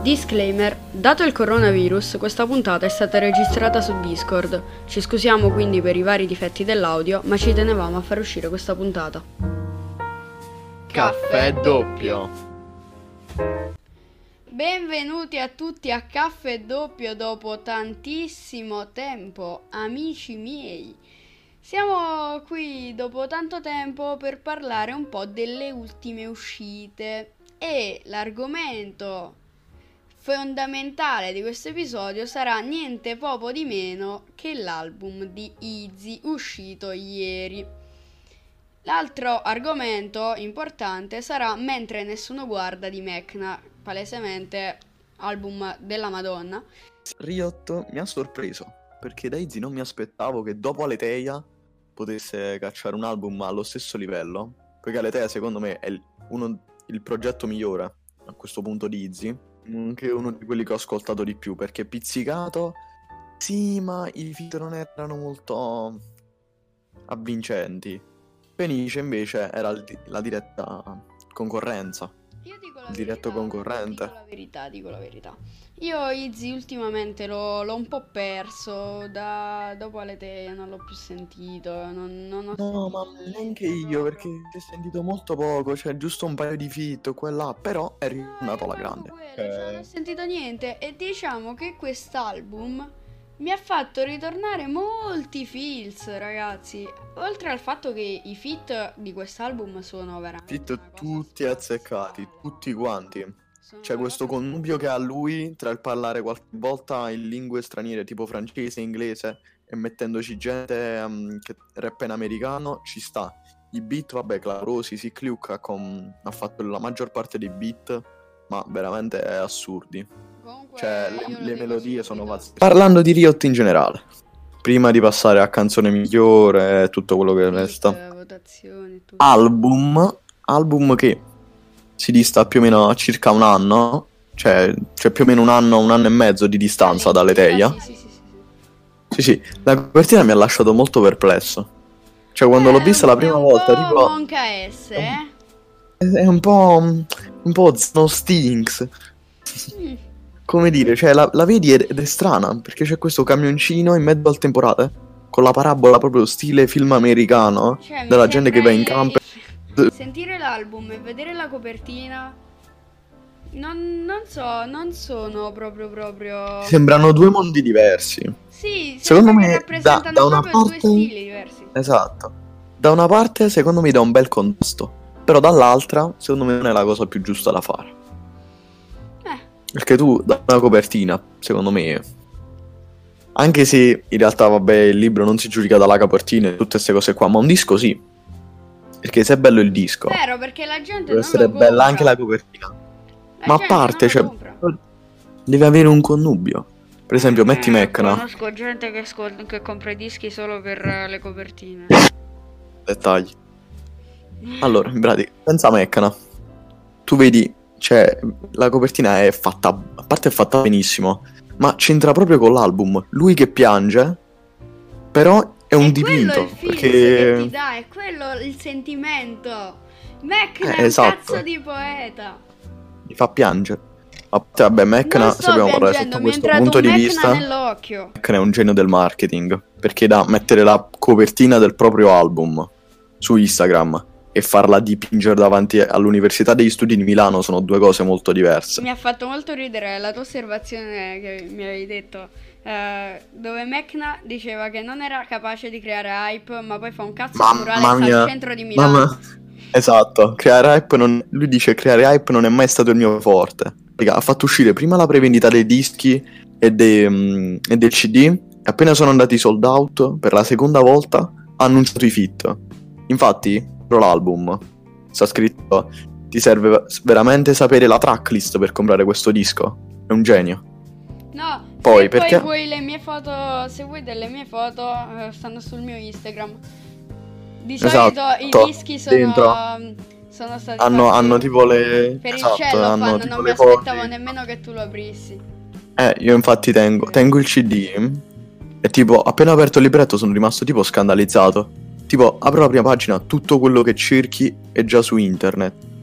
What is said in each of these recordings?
Disclaimer: dato il coronavirus, questa puntata è stata registrata su Discord. Ci scusiamo quindi per i vari difetti dell'audio, ma ci tenevamo a far uscire questa puntata. Caffè doppio. Benvenuti a tutti a Caffè Doppio dopo tantissimo tempo, amici miei. Siamo qui dopo tanto tempo per parlare un po' delle ultime uscite e l'argomento fondamentale di questo episodio sarà niente poco di meno che l'album di Izzy uscito ieri. L'altro argomento importante sarà Mentre nessuno guarda di Mecna, palesemente album della Madonna. Riot mi ha sorpreso, perché da Izzy non mi aspettavo che dopo Aletheia potesse cacciare un album allo stesso livello, perché Aletheia secondo me è il progetto migliore a questo punto di Izzy, anche uno di quelli che ho ascoltato di più, perché pizzicato, sì, ma i feat non erano molto avvincenti. Fenice invece era la diretta concorrenza. Io dico la Il diretto verità, concorrente. dico la verità. Io Izzy ultimamente l'ho un po' perso, dopo Aletheia non l'ho più sentito, non ho No, ma sentito neanche niente io, proprio. perché si è sentito molto poco, cioè giusto un paio di feat qua e là, però è ritornato alla grande. Non ho sentito niente e diciamo che quest'album mi ha fatto ritornare molti feels, ragazzi. Oltre al fatto che i feat di quest'album sono veramente Feat una cosa tutti azzeccati, spaziale. tutti quanti. Sono C'è una questo cosa connubio che ha lui tra il parlare qualche volta in lingue straniere tipo francese, inglese e mettendoci gente che rappa in americano, ci sta. I beat, vabbè, clamorosi, Sick Luke ha fatto la maggior parte dei beat, ma veramente assurdi. Comunque Cioè, io lo le dico melodie sono subito. pazze. Parlando di Riot in generale, prima di passare a canzone migliore e tutto quello che resta. Votazioni, tutto. Album che si dista più o meno a circa un anno, cioè più o meno un anno e mezzo di distanza da Aletheia. Sì. Sì, la copertina mi ha lasciato molto perplesso. Cioè, quando l'ho vista la prima volta, È un po' tipo, Monka S, è un po' Snow Stinks. Come dire, cioè la vedi ed è strana, perché c'è questo camioncino in mezzo al temporale, con la parabola proprio stile film americano, Cioè, mi della gente che va in sembra campo. sentire l'album e vedere la copertina, non so, non sono proprio. Sembrano due mondi diversi. Sì, Secondo sembra che me, rappresentano da una proprio due parte, stili diversi. esatto, da una parte secondo me dà un bel contesto, però dall'altra secondo me non è la cosa più giusta da fare. Perché tu, da una copertina, secondo me, anche se in realtà, vabbè, il libro non si giudica dalla copertina e tutte queste cose qua, ma un disco sì. Perché se è bello il disco, Vero, perché la gente deve non essere lo bella compra. anche la copertina. La Ma a gente parte, non cioè, lo compra. deve avere un connubio. Per esempio, metti Mecna. Conosco gente che compra i dischi solo per le copertine. Dettagli. Allora, in pratica, pensa a Mecna. Tu vedi, cioè, la copertina è fatta, a parte è fatta benissimo, ma c'entra proprio con l'album. Lui che piange, però è un dipinto. Quello è il feels Perché che ti dà, è quello il sentimento. Mecna è un esatto, cazzo di poeta. mi fa piangere. A parte, vabbè, Mecna, Non se sto dobbiamo parlare piangendo, sotto mi è questo entrato punto un di Mecna vista, nell'occhio. Mecna è un genio del marketing, perché da mettere la copertina del proprio album su Instagram e farla dipingere davanti all'Università degli Studi di Milano sono due cose molto diverse. Mi ha fatto molto ridere la tua osservazione che mi avevi detto, dove Mecna diceva che non era capace di creare hype, ma poi fa un cazzo di murales Mamma mia, al centro di Milano. mamma. Esatto, lui dice creare hype non è mai stato il mio forte. Raga, ha fatto uscire prima la prevendita dei dischi e del CD, e appena sono andati sold out per la seconda volta ha annunciato i feat. Infatti, pro l'album sta scritto: ti serve veramente sapere la tracklist per comprare questo disco? È un genio. No, Poi, se perché? poi vuoi le mie foto, se vuoi delle mie foto, stanno sul mio Instagram. Di solito i dischi dentro sono stati hanno fatti tipo le per il esatto, cellophane, hanno non tipo mi le aspettavo fogli. nemmeno che tu lo aprissi. Io infatti tengo il CD e tipo appena aperto il libretto sono rimasto tipo scandalizzato. Tipo apro la prima pagina, tutto quello che cerchi è già su internet.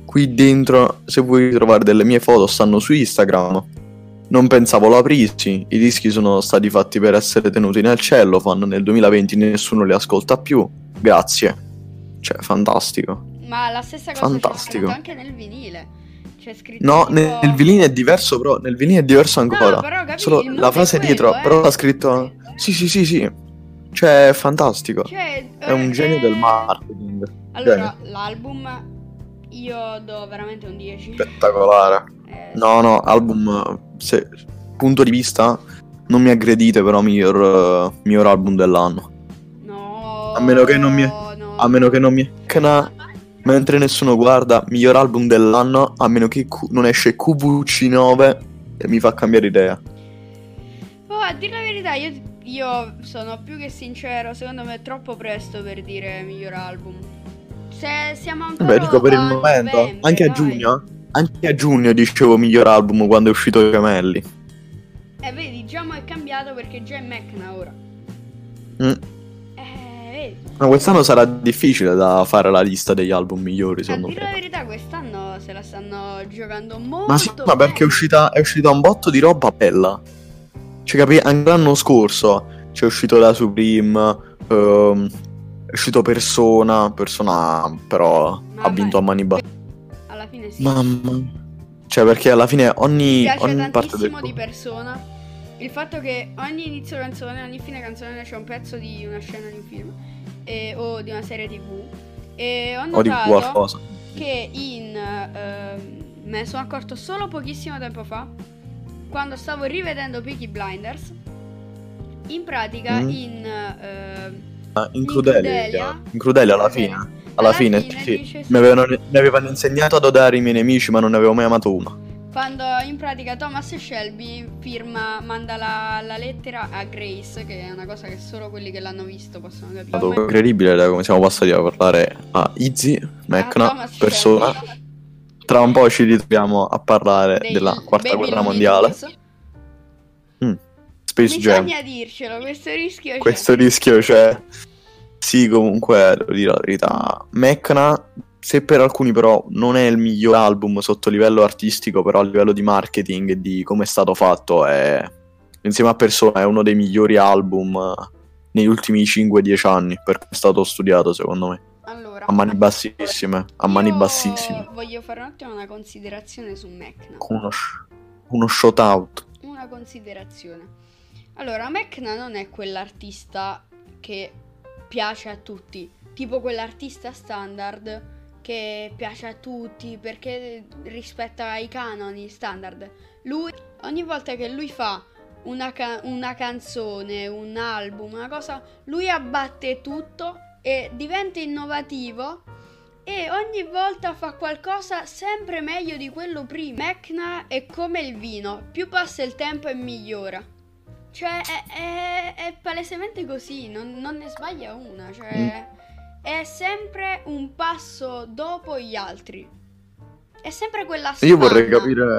qui dentro, se vuoi trovare delle mie foto, stanno su Instagram. Non pensavo lo aprissi, i dischi sono stati fatti per essere tenuti nel cellophane, nel 2020 nessuno li ascolta più, grazie. Cioè, fantastico. Ma la stessa cosa c'è Fantastico. scritto anche nel vinile. C'è scritto No, tipo... nel vinile è diverso, però, nel vinile è diverso ancora. No, però capisci, Solo il la mood frase è dietro, quello, però l'ha scritto... Sì. Cioè, è fantastico. Cioè, È un genio del marketing. Allora, l'album io do veramente un 10. Spettacolare. No, album, punto di vista, non mi aggredite, però miglior album dell'anno. No. A meno che non mi... No. A meno che non mi... Mentre nessuno guarda, miglior album dell'anno, a meno che non esce QVC9 e mi fa cambiare idea. Oh, a dire la verità, io sono più che sincero, secondo me è troppo presto per dire miglior album. Se siamo ancora... Beh, dico per il momento, novembre, anche a dai. giugno, dicevo miglior album quando è uscito I Gemelli. Vedi, già mo è cambiato perché già è Mecna ora. Mm. Vedi. Ma quest'anno sarà difficile da fare la lista degli album migliori, A secondo dire la me. verità, quest'anno se la stanno giocando molto Ma sì, ma perché è uscita un botto di roba bella. Cioè, capì? Anche l'anno scorso c'è uscito la Supreme, è uscito Persona però ha vinto a mani basse. Alla fine sì. Mamma. Cioè, perché alla fine Mi piace ogni parte del... tantissimo di Persona il fatto che ogni inizio canzone, ogni fine canzone c'è un pezzo di una scena di un film o di una serie TV. E ho O di notato qualcosa. che me ne sono accorto solo pochissimo tempo fa, quando stavo rivedendo Peaky Blinders. In pratica in Crudelia alla fine. Alla fine sì. dice sì. Mi avevano insegnato ad odiare i miei nemici, ma non ne avevo mai amato uno. Quando in pratica Thomas Shelby manda la lettera a Grace, che è una cosa che solo quelli che l'hanno visto possono capire. È incredibile da come siamo passati a parlare a Izzy, Mecna, Thomas Persona. Shelby. Tra un po' ci ritroviamo a parlare Dei della quarta Baby guerra Looney mondiale. Tunes. Space Jam. Bisogna dircelo, questo rischio c'è. Questo rischio c'è. Sì, comunque, devo dire la verità. Mecna, se per alcuni però non è il miglior album sotto livello artistico, però a livello di marketing e di come è stato fatto, insieme a Persona è uno dei migliori album negli ultimi 5-10 anni, perché è stato studiato secondo me. Allora, A mani bassissime, voglio fare un attimo una considerazione su Mecna. Uno shout out. Una considerazione. Allora, Mecna non è quell'artista che piace a tutti, tipo quell'artista standard che piace a tutti perché rispetta i canoni standard. Lui, ogni volta che lui fa una canzone, un album, una cosa, lui abbatte tutto e diventa innovativo e ogni volta fa qualcosa sempre meglio di quello prima. Mecna è come il vino, più passa il tempo e migliora. Cioè è palesemente così, non ne sbaglia una, cioè è sempre un passo dopo gli altri. È sempre quella spanna. Io vorrei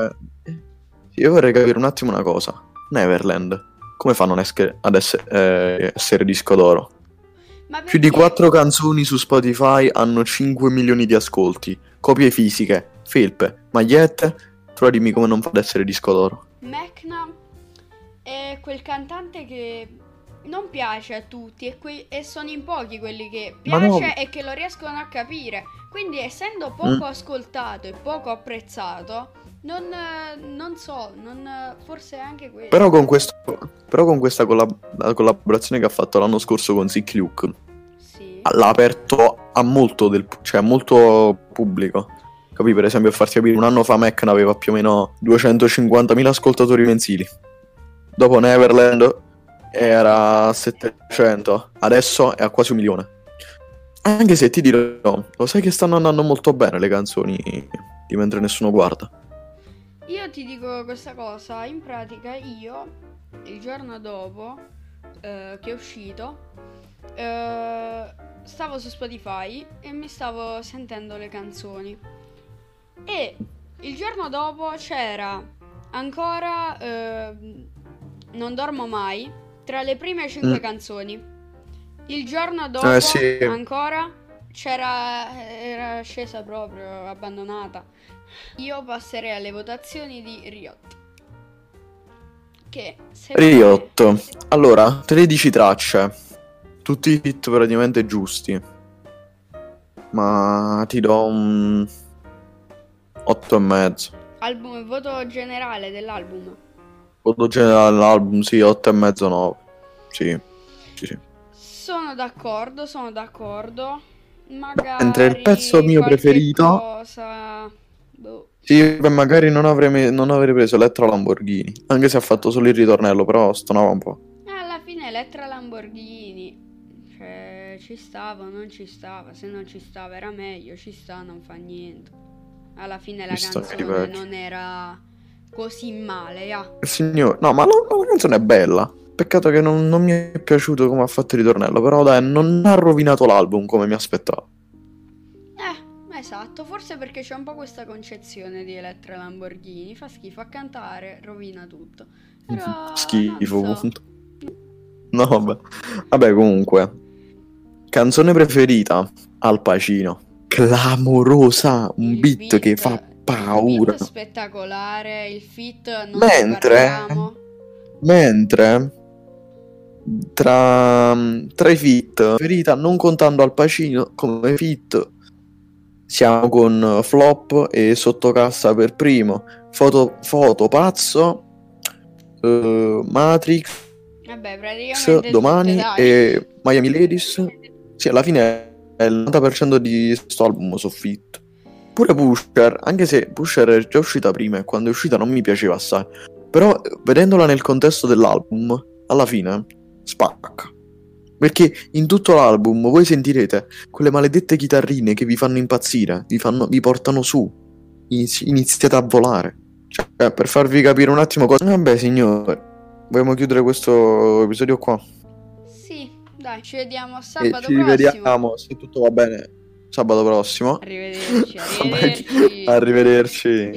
capire un attimo una cosa. Neverland, come fanno ad essere disco d'oro? Ma Più di perché? 4 canzoni su Spotify hanno 5 milioni di ascolti. Copie fisiche, felpe, magliette. Però dimmi come non fa ad essere disco d'oro. Mecna è quel cantante che non piace a tutti e sono in pochi quelli che piace e che lo riescono a capire. Quindi essendo poco ascoltato e poco apprezzato, non so, forse anche questo. Però con questa collaborazione che ha fatto l'anno scorso con Sick Luke, sì, l'ha aperto a molto pubblico. Capì? Per esempio, per farti capire, un anno fa Mecna aveva più o meno 250.000 ascoltatori mensili. Dopo Neverland era a 700, adesso è a quasi 1 milione. Anche se ti dirò, lo sai che stanno andando molto bene le canzoni di Mentre Nessuno Guarda. Io ti dico questa cosa, in pratica io il giorno dopo che è uscito stavo su Spotify e mi stavo sentendo le canzoni e il giorno dopo c'era ancora Non dormo mai tra le prime 5 canzoni. Il giorno dopo Sì. ancora era scesa proprio, abbandonata. Io passerei alle votazioni di Riot. Che secondo me... Riot. Allora, 13 tracce. Tutti i hit praticamente giusti. Ma ti do un 8,5. Album, voto generale dell'album. Voto generale dell'album, sì, 8,5, 9. Sì, sì, sì. Sono d'accordo. Magari Mentre il pezzo mio qualche preferito... cosa... Boh. Sì, beh, magari non avrei preso Elettra Lamborghini. Anche se ha fatto solo il ritornello, però stonava un po'. Alla fine Elettra Lamborghini. Cioè, ci stava o non ci stava. Se non ci stava era meglio, ci sta, non fa niente. Alla fine la Visto che canzone peggio. non era così male, Il signor... No, ma la canzone è bella. Peccato che non mi è piaciuto come ha fatto il ritornello. Però dai, non ha rovinato l'album come mi aspettavo. Esatto, forse perché c'è un po' questa concezione di Elettra Lamborghini, fa schifo a cantare, rovina tutto. Però Schifo, non so. punto. No, vabbè, comunque. Canzone preferita? Al Pacino. Clamorosa, un Il beat che fa Il paura. beat spettacolare, il feat non ne parliamo. Mentre tra i feat preferita, non contando Al Pacino come feat, siamo con Flop e Sottocassa per primo, Foto Pazzo, Matrix, Vabbè, praticamente tutte, Domani dai. e Miami Ladies. Sì, alla fine è il 90% di sto album su feat. Pure Pusher, anche se Pusher è già uscita prima e quando è uscita non mi piaceva assai. Però vedendola nel contesto dell'album, alla fine spacca. Perché in tutto l'album voi sentirete quelle maledette chitarrine che vi fanno impazzire, vi portano su, iniziate a volare. Cioè, per farvi capire un attimo cosa... Vabbè, signore, vogliamo chiudere questo episodio qua. Sì, dai, ci vediamo E sabato ci prossimo. rivediamo, se tutto va bene, sabato prossimo. Arrivederci, Arrivederci.